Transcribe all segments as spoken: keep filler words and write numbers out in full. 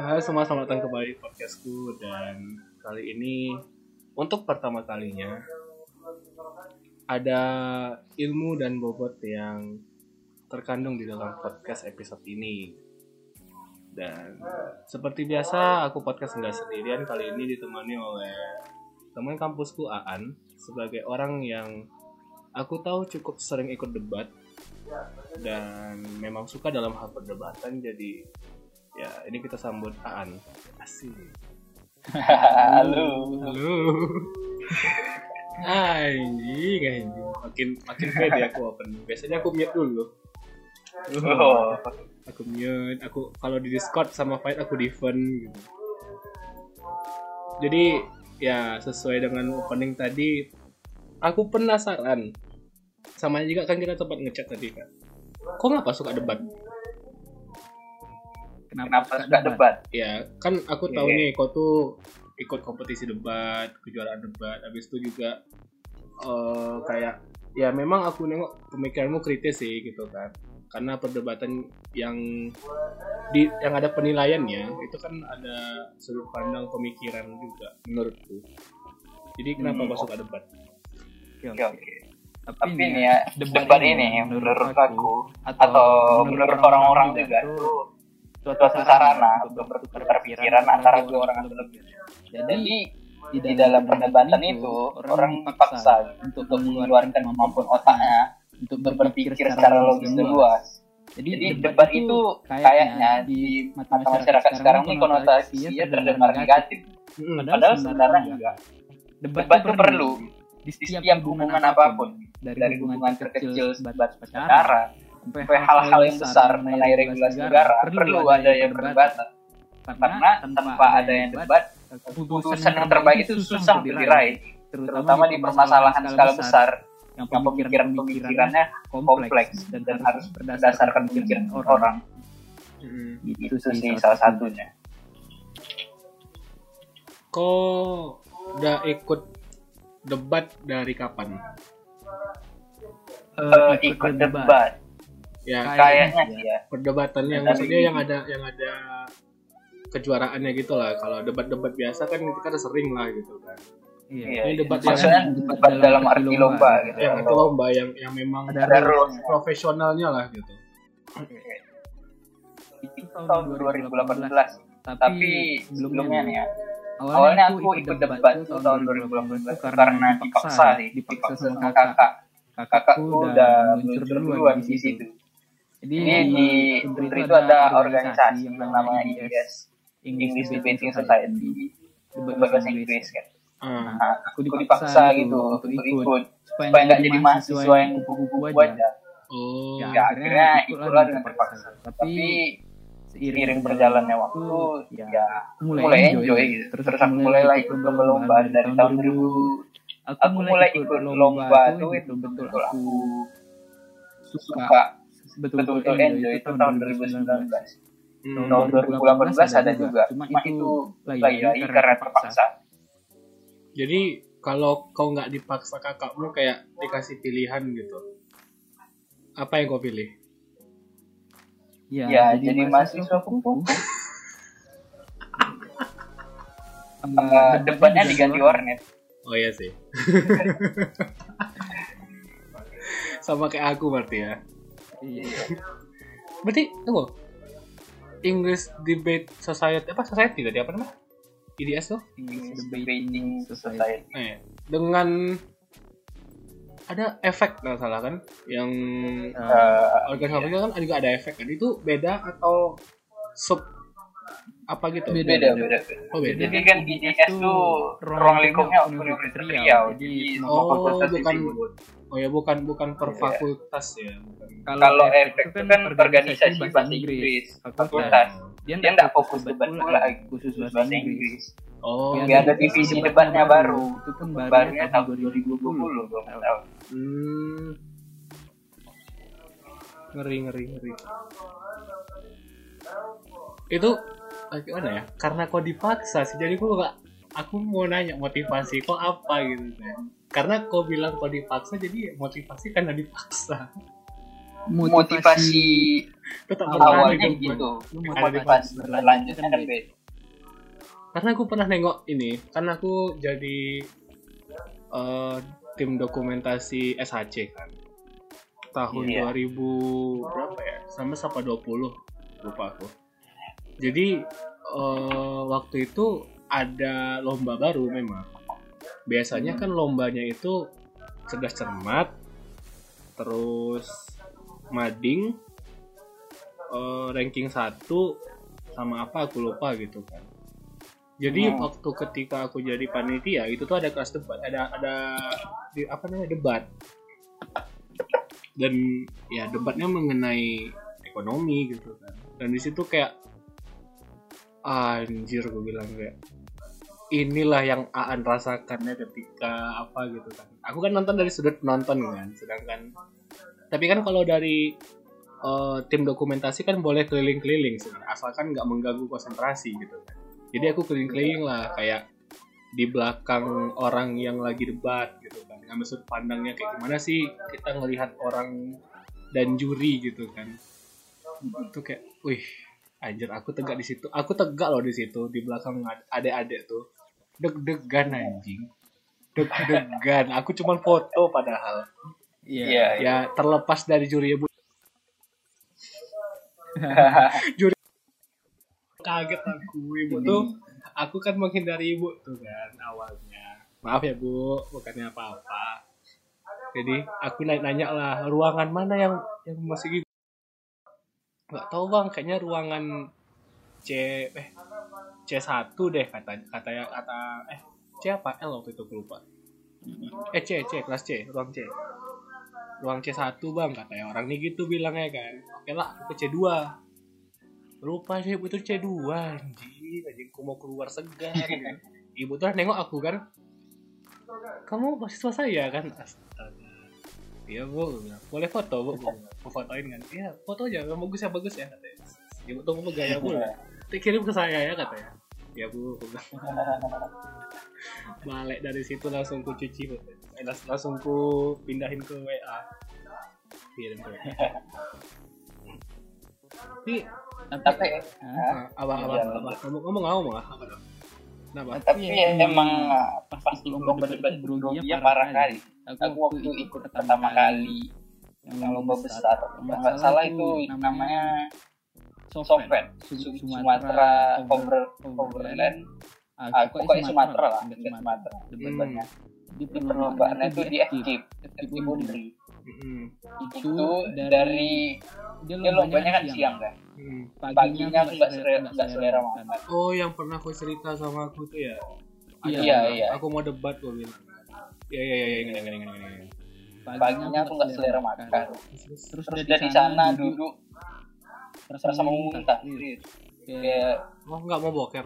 Halo semua, selamat datang kembali di podcastku. Dan kali ini untuk pertama kalinya ada ilmu dan bobot yang terkandung di dalam podcast episode ini. Dan seperti biasa aku podcast nggak sendirian. Kali ini ditemani oleh teman kampusku Aan, sebagai orang yang aku tahu cukup sering ikut debat dan memang suka dalam hal perdebatan. Jadi ya, ini kita sambut Aan. Asik. Halo. Halo. Anjing, anjing. Makin makin pede aku open. Biasanya aku mute dulu. Oh. Aku mute. Aku kalau di Discord sama Fight aku defend gitu. Jadi ya sesuai dengan opening tadi, aku penasaran. Sama juga kan kita sempat ngechat tadi kan. Kok ngapa suka debat? Kenapa, Kenapa suka debat? Ya, kan aku tahu yeah. nih kau tuh ikut kompetisi debat, kejuaraan debat. Habis itu juga uh, kayak ya memang aku nengok pemikiranmu kritis sih gitu kan. Karena perdebatan yang di yang ada penilaiannya itu kan ada sudut pandang pemikiran juga menurutku. Jadi kenapa hmm. kau suka debat? Oke, oke. oke. Tapi, Tapi nih ya, debat, debat ini menurut aku atau menurut orang-orang juga tuh suatu sarana untuk bertukar pikiran antara dua orang atau lebih. Jadi di dalam perdebatan itu orang dipaksa untuk mengeluarkan kemampuan otaknya untuk berpikir secara logis dan luas. Jadi debat itu kayaknya di mata masyarakat sekarang ini konotasinya terdengar negatif. Padahal sebenarnya enggak. Debat itu perlu di setiap hubungan apapun, dari hubungan terkecil sebatas pacaran sampai hal-hal yang besar mengenai regulasi negara, perlu ada yang perdebatan. Karena tanpa ada yang debat, keputusan yang terbaik itu susah untuk diraih, terutama di permasalahan skala besar yang pemikiran-pemikirannya kompleks dan harus berdasarkan pemikiran orang. Hmm, itu sih salah satunya. Kok udah ikut debat dari kapan? Uh, ikut debat. Ya, kayaknya sih ya. Perdebatan yang maksudnya yang ada yang ada kejuaraannya gitu lah. Kalau debat-debat biasa kan kita kan sering lah gitu kan. Iya. Ini debat maksudnya yang debat dalam arti lomba gitu. Yang arti lomba yang yang memang ada rules profesionalnya lah gitu. Oke. Itu tahun dua ribu delapan belas. Tapi sebelumnya nih ya. Awalnya aku ikut debat itu tahun dua ribu delapan belas karena dipaksa sih, dipaksa sama kakak. Kakakku udah muncul duluan di situ. Jadi di Unpri itu ada organisasi yang namanya I D S, English Debating Society, bahasa Inggris kan. Nah, aku dipaksa gitu untuk ikut supaya nggak jadi mahasiswa yang kupu-kupu aja. Oh. Ya akhirnya ikutlah dengan terpaksa. Tapi seiring berjalannya waktu, ya mulai enjoy gitu. Terus aku mulailah ikut lomba dari tahun dua ribu. Aku mulai ikut lomba tuh itu betul-betul aku suka. Betul-betul enjoy itu tahun dua ribu sembilan belas. Hmm. Tahun dua ribu delapan belas ada juga, cuma itu lagi-lagi karena terpaksa. Jadi kalau kau nggak dipaksa kakakmu kayak dikasih pilihan gitu, apa yang kau pilih? Ya, ya jadi, jadi mahasiswa kupu. uh, depannya diganti warnet. Oh iya sih. Sama kayak aku berarti ya. Iya. Berarti tunggu. English Debate Society apa society tadi apa namanya? I D S tuh? English Debating Society. Eh, dengan ada efek nggak salah kan? Yang uh, organisasi iya. Kan juga ada efek kan? Itu beda atau sub apa gitu? Beda, beda. Oh, beda. Jadi kan I D S tuh ruang lingkupnya Universitas Riau. Jadi oh, bukan Oh ya bukan bukan per yeah. fakultas ya. Bukan. Kalau efek itu kan organisasi bahasa Inggris fakultas. Dia enggak fokus debat pula khusus bahasa Inggris. Oh. Dia ada divisi debatnya baru. Itu pun barunya tahun dua ribu dua puluh belum tahu. Hmm. Ngeri ngeri ngeri. Itu gimana ya? Karena kok dipaksa sih, jadi gue gak, aku mau nanya motivasi kok apa gitu kan? Karena kau bilang kau dipaksa, jadi motivasi karena dipaksa. motivasi tetap awalnya berlanjut. gitu, Ada di motivasi berlanjutnya kan beda. Karena aku pernah nengok ini, karena aku jadi uh, tim dokumentasi S H C kan tahun Iya. dua ribu berapa ya, sama sampai dua puluh lupa aku. Jadi uh, waktu itu ada lomba baru memang. Biasanya kan lombanya itu cerdas cermat, terus mading, uh, ranking satu sama apa aku lupa gitu kan. Jadi Hmm. waktu ketika aku jadi panitia itu tuh ada kelas debat, ada ada di, apa namanya debat. Dan ya debatnya mengenai ekonomi gitu kan. Dan di situ kayak anjir gue bilang kayak inilah yang Aan rasakannya ketika apa gitu kan. Aku kan nonton dari sudut penonton kan, sedangkan tapi kan kalau dari uh, tim dokumentasi kan boleh keliling-keliling sebenarnya, asalkan nggak mengganggu konsentrasi gitu kan. Jadi aku keliling-keliling lah kayak di belakang orang yang lagi debat gitu kan, ngambil sudut pandangnya kayak gimana sih kita ngelihat orang dan juri gitu kan. Itu kayak, wih, anjir aku tegak di situ, aku tegak loh di situ di belakang adik-adik tuh, deg-degan anjing, deg-degan. Aku cuma foto padahal. Iya. Yeah. Ya terlepas dari juri bu, juri kaget aku ibu tuh. Aku kan menghindari ibu tuh kan awalnya. Maaf ya bu, bukannya apa-apa. Jadi aku nanya lah ruangan mana yang yang masih gitu. Nggak tahu bang, kayaknya ruangan C eh C satu deh kata katanya kata eh C apa L waktu itu aku lupa. Eh C C kelas C, ruang C. Ruang C satu bang katanya orang ini gitu bilangnya kan. Oke lah, aku ke C dua. Rupanya ibu itu C dua anjing, anjing aku mau keluar segar gitu. Ibu tuh nengok aku kan, kamu mahasiswa saya kan. Astaga. Iya bu, boleh foto bu, aku fotoin kan. Iya foto aja, yang bagus ya bagus ya katanya. Ibu tuh mau gaya bu lah, kirim ke saya ya katanya. Ya bu, balik dari situ langsung ku cuci bu, eh, langsung ku pindahin ke W A. Kirim ke W A. Tapi tapi uh, apa apa iya, apa ngomong ngomong ngomong apa dong? Kenapa? Tapi ya, emang pas lomba debat groginya parah kali. Aku waktu ikut pertama kali yang lomba besar, nggak salah itu namanya Sofet Sumatera Overland. Aku kayak Sumatera lah, nggak Sumatera debatnya. Di perlombaannya itu di F K I P, F K I P Bundri. Itu dari dia lombanya kan siang kan. Hmm. Paginya aku nggak selera, nggak selera makan. Oh, yang pernah aku cerita sama aku tuh ya. Iya, iya, iya. Aku mau debat gue bilang. Iya, iya, iya, ini, ini, ini, ini. Paginya aku nggak selera makan. Terus, Terus dari sana duduk, rasa mau muntah. Kayak, oh nggak mau boker.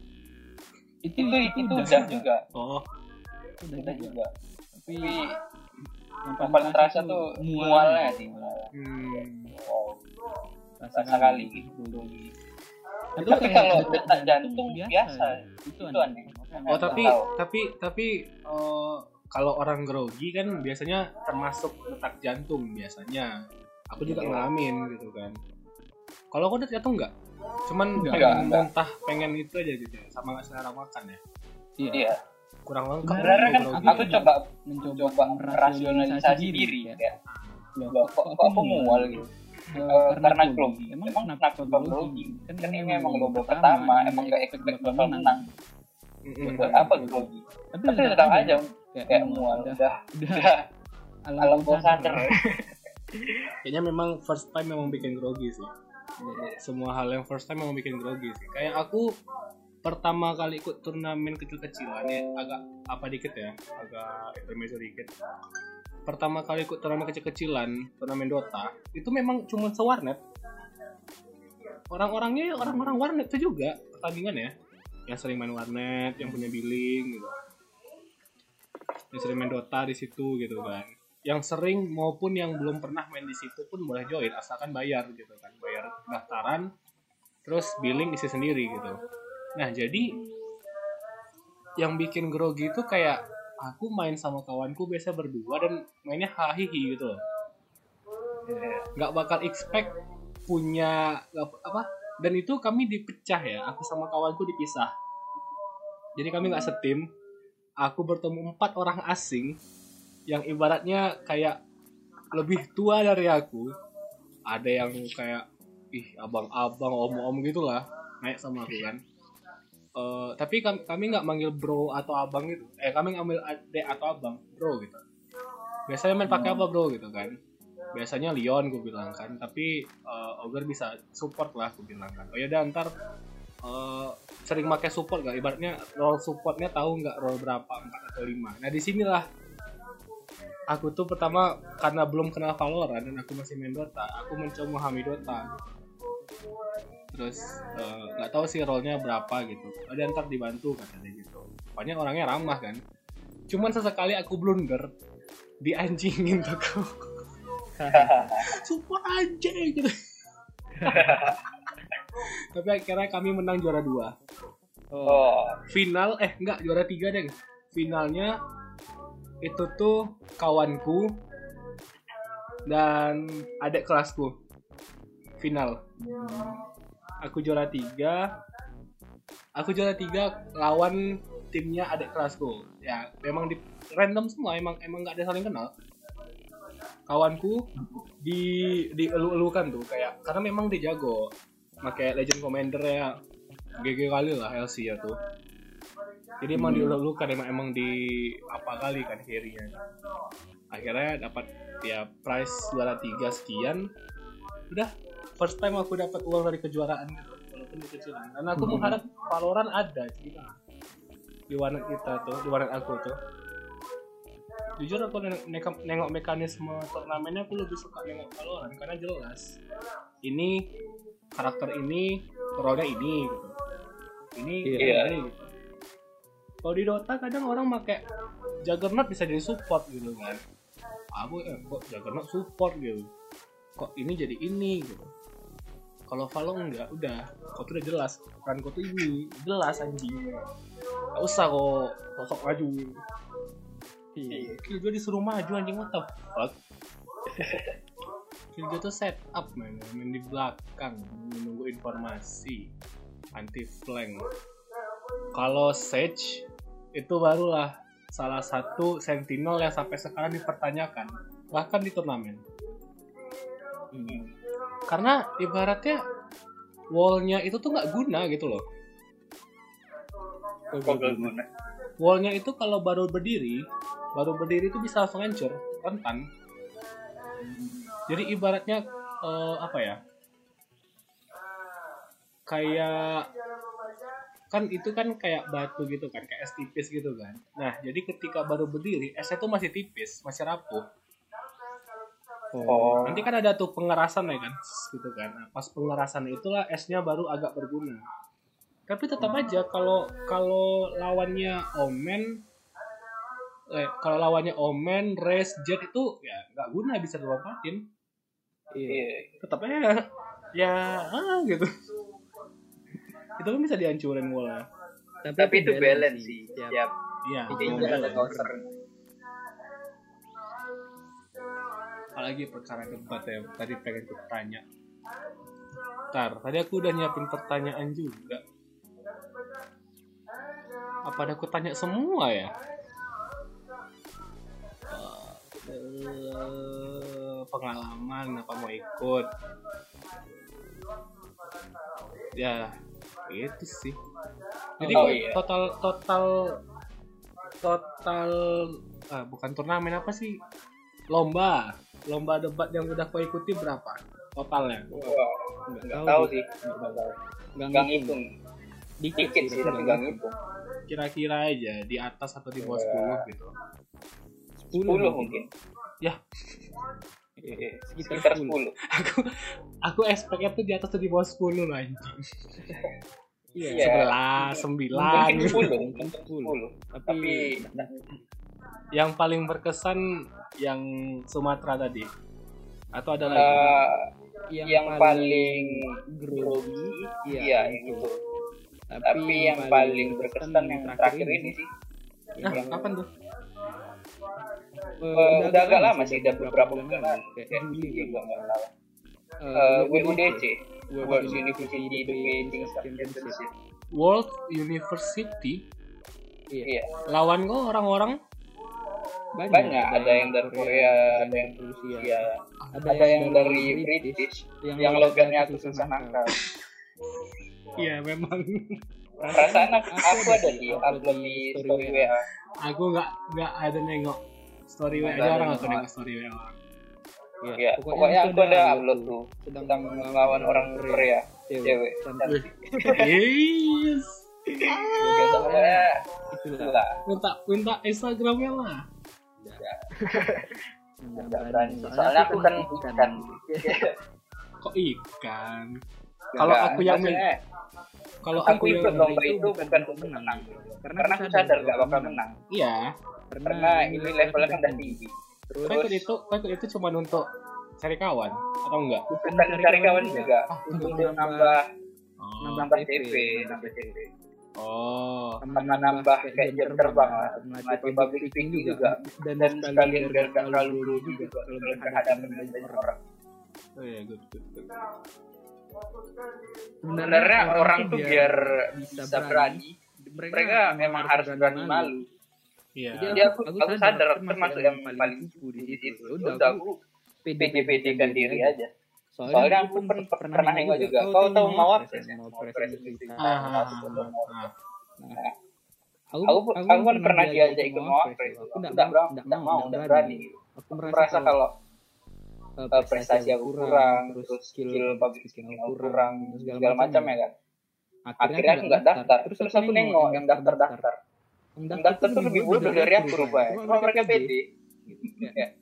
Itu itu itu udah juga. Oh, udah juga. Tapi yang paling terasa tuh mualnya sih. Hmm. Wow. Rasa kali gitu. Itu tapi kalau detak jantung biasa, itu aneh. Oh tapi tapi tapi uh, kalau orang grogi kan biasanya termasuk detak jantung biasanya. Aku juga ngalamin gitu kan. Kalau aku detak jantung enggak, cuman enggak, pengen enggak. Muntah, pengen itu aja gitu, sama nggak selera makan ya. Iya. Kurang lengkap. Sebenarnya kan aku coba mencoba merasionalisasi diri ya. Loh, kok kok aku mual gitu. Uh, karena grogi, emang kenapa grogi? Kan, kan ini emang lomba pertama, emang gak expect bakal menang. Buat apa grogi? Tapi tetap aja kayak mual, udah, udah alam bawah sadar. Kayaknya memang first time memang bikin grogi sih. Semua hal yang first time memang bikin grogi sih. Kayak aku pertama kali ikut turnamen kecil-kecilan ya, agak apa dikit ya, agak intermezzo dikit. Pertama kali ikut turnamen kecil-kecilan, turnamen Dota, itu memang cuma sewarnet. Orang-orangnya orang-orang warnet itu juga pertandingan ya, yang sering main warnet, yang punya billing gitu, yang sering main Dota di situ gitu kan. Yang sering maupun yang belum pernah main di situ pun boleh join asalkan bayar gitu kan, bayar daftaran, terus billing isi sendiri gitu. Nah jadi yang bikin grogi itu kayak aku main sama kawanku biasa berdua dan mainnya hahihi gitu loh. nggak bakal expect punya apa, dan itu kami dipecah ya, aku sama kawanku dipisah, jadi kami nggak setim. Aku bertemu empat orang asing yang ibaratnya kayak lebih tua dari aku, ada yang kayak ih abang-abang om-om gitulah naik sama aku kan. Uh, tapi kami kami nggak manggil bro atau abang gitu, eh kami ngambil adek atau abang, bro gitu. Biasanya main pakai apa bro gitu kan, biasanya Leon gue bilang kan, tapi uh, Ogre bisa support lah gue bilang kan. Oh ya udah ntar uh, sering pakai support gak, ibaratnya role supportnya tahu nggak role berapa, empat atau lima. Nah disinilah aku tuh pertama karena belum kenal Valorant dan aku masih main Dota, aku mencoba memahami Dota gitu. Terus nggak uh, tahu sih role-nya berapa gitu, ada ntar dibantu katanya gitu. Pokoknya orangnya ramah kan, cuman sesekali aku blunder dianjingin tuh kau support aja gitu. Tapi akhirnya kami menang juara dua. Oh. Final eh enggak juara tiga deh. Finalnya itu tuh kawanku dan adik kelasku. Final. Aku juara tiga. Aku juara tiga lawan timnya adik kelasku. Ya memang di random semua, emang emang nggak ada saling kenal. Kawanku di dielu-elukan tuh kayak karena memang dia jago pakai Legend Commander ya, G G kali lah L C ya tuh. Jadi emang hmm. dielu-elukan, emang emang di apa kali kan carry-nya. Akhirnya dapat ya prize juara tiga sekian. Udah first time aku dapat uang dari kejuaraan gitu, walaupun kecilan. Dan aku hmm. mengharap Valorant ada juga di warnet kita tuh, di warnet aku tuh. Jujur aku nengok, nengok mekanisme turnamennya, aku lebih suka nengok Valorant karena jelas ini karakter ini role-nya ini gitu, ini yeah. ini gitu. Kalau di Dota kadang orang pakai Juggernaut bisa jadi support gitu kan, aku eh, kok Juggernaut support gitu, kok ini jadi ini gitu. Kalau Valo enggak, udah kok tuh udah jelas kan, kok tuh ini jelas anjing, nggak usah kok sosok maju. Iya, Killjoy disuruh maju anjing, what the fuck. Killjoy tuh set up man, main di belakang menunggu informasi, anti flank. Kalau Sage itu barulah salah satu sentinel yang sampai sekarang dipertanyakan bahkan di turnamen. Hmm. Karena ibaratnya wall-nya itu tuh nggak guna gitu loh. Kok nggak guna? Wall-nya itu kalau baru berdiri baru berdiri itu bisa langsung hancur, rentan. Jadi ibaratnya uh, apa ya, kayak kan itu kan kayak batu gitu kan, kayak es tipis gitu kan. Nah jadi ketika baru berdiri esnya tuh masih tipis, masih rapuh. Oh. Nanti kan ada tuh pengerasan ya kan, gitu kan. Nah, pas pengerasan itulah esnya baru agak berguna. Tapi tetap aja kalau kalau lawannya Omen, eh, kalau lawannya Omen, Raze, Jet itu ya nggak guna, bisa dilompatin. Iya. Tetap aja ya ah gitu. Itu kan bisa dihancurin wall. Tapi, Tapi itu balance sih. Siap. Iya. Itu ada counter. Apalagi perkara debat ya, tadi pengen ku tanya. Ntar, tadi aku udah nyiapin pertanyaan juga. Apa ada aku tanya semua ya? Uh, pengalaman apa mau ikut? Ya, itu sih. Jadi oh, iya. total total total ah, bukan turnamen apa sih? Lomba. Lomba debat yang udah kau ikuti berapa totalnya? Wah, nggak tahu sih. Nggak ngitung. Dikit sih, tapi nggak ngitung. Kira-kira aja di atas atau di bawah sepuluh gitu. sepuluh mungkin. Ya. Sekitar sepuluh. Aku aku expect-nya tuh di atas atau di bawah sepuluh loh anjing. Iya, sebelas, sembilan, mungkin sepuluh, mungkin sepuluh. Tapi yang paling berkesan yang Sumatera tadi atau ada lagi? Uh, yang, yang paling grogi, iya itu. Tapi, Tapi yang paling berkesan yang terakhir ini sih. Nah, yang kapan tuh? uh, udah agak lama sih, udah beberapa bulan lalu, kayak Juli juga nggak salah. Uh, W U D C, World University Debating Championship. World University. Iya. Lawan kok orang-orang banyak, banyak. Ada yang dari Korea, ada yang dari Rusia, ada, ada yang dari British, yang, yang logatnya aku susah nangkap. Iya memang. Perasaan aku, aku ada di upload di story W A. Aku nggak nggak ada nengok story W A, jarang aku nengok story W A orang. Ya, pokoknya, pokoknya aku ada upload tuh sedang melawan orang Korea, cewek cantik. Yes. Ya, pokoknya itulah. Minta minta Instagramnya lah. Enggak berani. Soalnya aku kan ikan. Kok ikan? Kalau aku yang kalau aku ikut lomba itu bukan untuk menang, karena aku sadar gak bakal menang. Iya. Karena ini levelnya kan udah tinggi. Terus kau ikut itu, kau ikut itu cuma untuk cari kawan atau enggak? Bukan cari kawan juga, untuk nambah nambah T V, nambah T V. Oh, sama nambah kayak jam terbang lah, melatih public speaking juga, dan sekalian biar gak terlalu dulu juga kalau berhadapan dengan banyak orang. Oh iya, good, good, good. Sebenarnya orang tuh biar bisa berani, mereka memang harus berani malu. Iya. Jadi aku, aku sadar termasuk yang paling cupu di situ. Udah aku pede-pedekan diri aja. Soalnya aku pernah pernah nengok juga. Kau tahu Mawar? Ah, aku aku kan pernah diajak ikut Mawar. Aku enggak enggak mau, enggak berani. Aku merasa kalau uh, prestasi aku kurang, terus skill public speaking aku kurang, segala macam ya kan. Akhirnya aku nggak daftar. Terus aku nengok yang daftar-daftar. Yang daftar tuh lebih bodoh dari aku rupanya. Cuma mereka pede. Ya.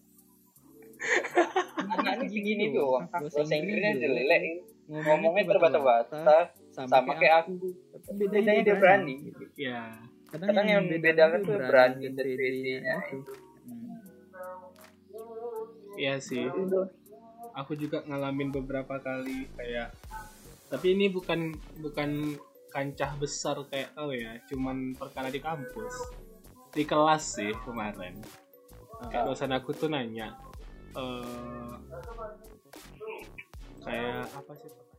Nah, ini gini tuh, bahasa Inggrisnya jelek, ngomongnya terbata-bata, sama kayak aku. Bedanya dia berani. Iya. Kadang yang bedakan tuh berani dan pedenya. Iya sih. Aku juga ngalamin beberapa kali kayak, tapi ini bukan bukan kancah besar kayak kau ya, cuman perkara di kampus, di kelas sih kemarin. Kayak dosen aku tuh nanya, uh, kayak apa sih?